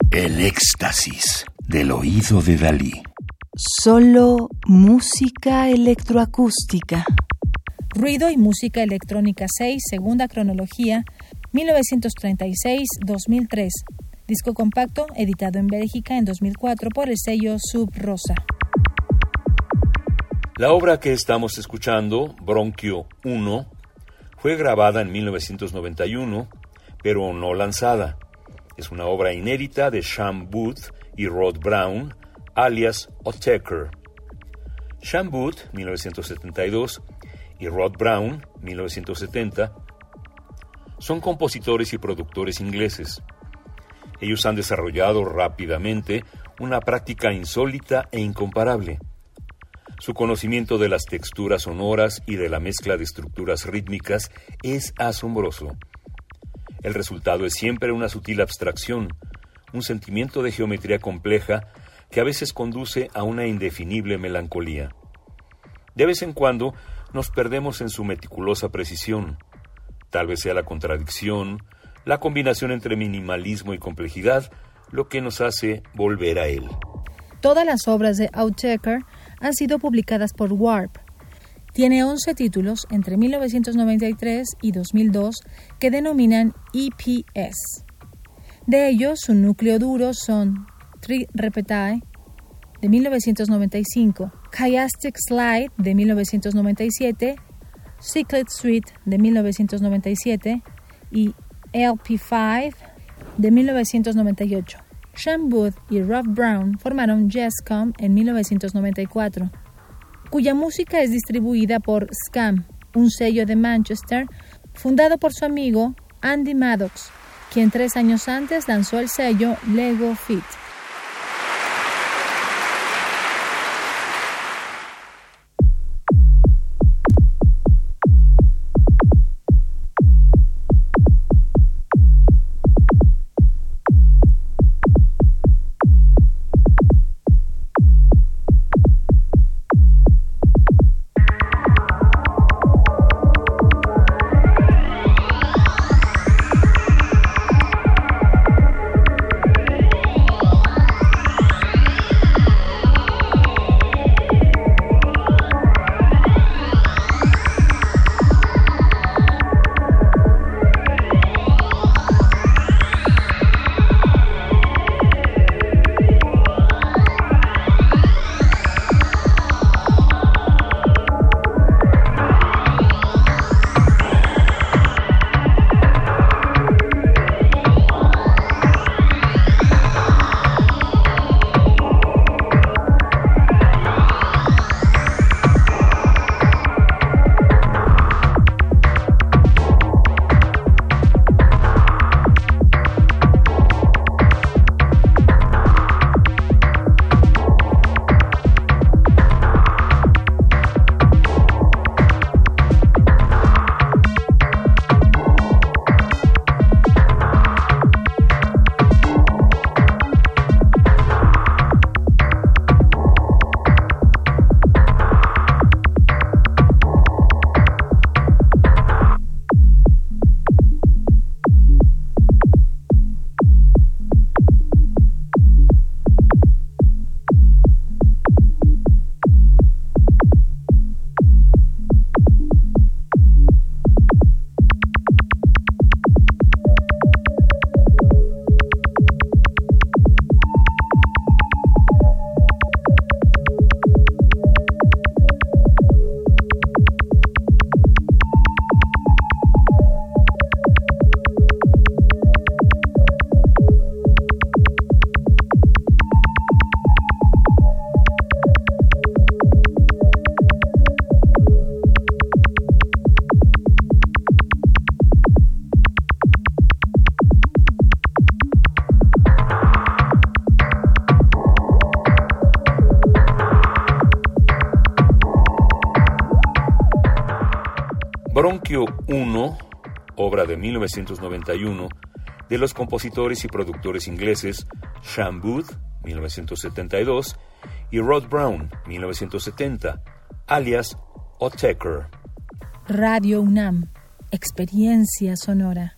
El éxtasis del oído de Dalí. Solo música electroacústica. Ruido y música electrónica 6, segunda cronología, 1936-2003. Disco compacto, editado en Bélgica en 2004 por el sello Sub Rosa. La obra que estamos escuchando, Bronquio 1, fue grabada en 1991, pero no lanzada. Es una obra inédita de Sean Booth y Rod Brown, alias Oteker. Sean Booth, 1972, y Rod Brown, 1970, son compositores y productores ingleses. Ellos han desarrollado rápidamente una práctica insólita e incomparable. Su conocimiento de las texturas sonoras y de la mezcla de estructuras rítmicas es asombroso. El resultado es siempre una sutil abstracción, un sentimiento de geometría compleja que a veces conduce a una indefinible melancolía. De vez en cuando nos perdemos en su meticulosa precisión. Tal vez sea la contradicción, la combinación entre minimalismo y complejidad, lo que nos hace volver a él. Todas las obras de Oteker han sido publicadas por Warp. Tiene 11 títulos entre 1993 y 2002 que denominan EPS. De ellos, su núcleo duro son Tri Repetae, de 1995, Chiastic Slide, de 1997, Cyclid Suite, de 1997, y LP5, de 1998. Sean Booth y Rob Brown formaron Jazzcom en 1994, cuya música es distribuida por Scam, un sello de Manchester, fundado por su amigo Andy Maddox, quien 3 años antes lanzó el sello Lego Fit. Bronquio 1, obra de 1991, de los compositores y productores ingleses Sean Booth, 1972, y Rod Brown, 1970, alias Oteker. Radio UNAM, experiencia sonora.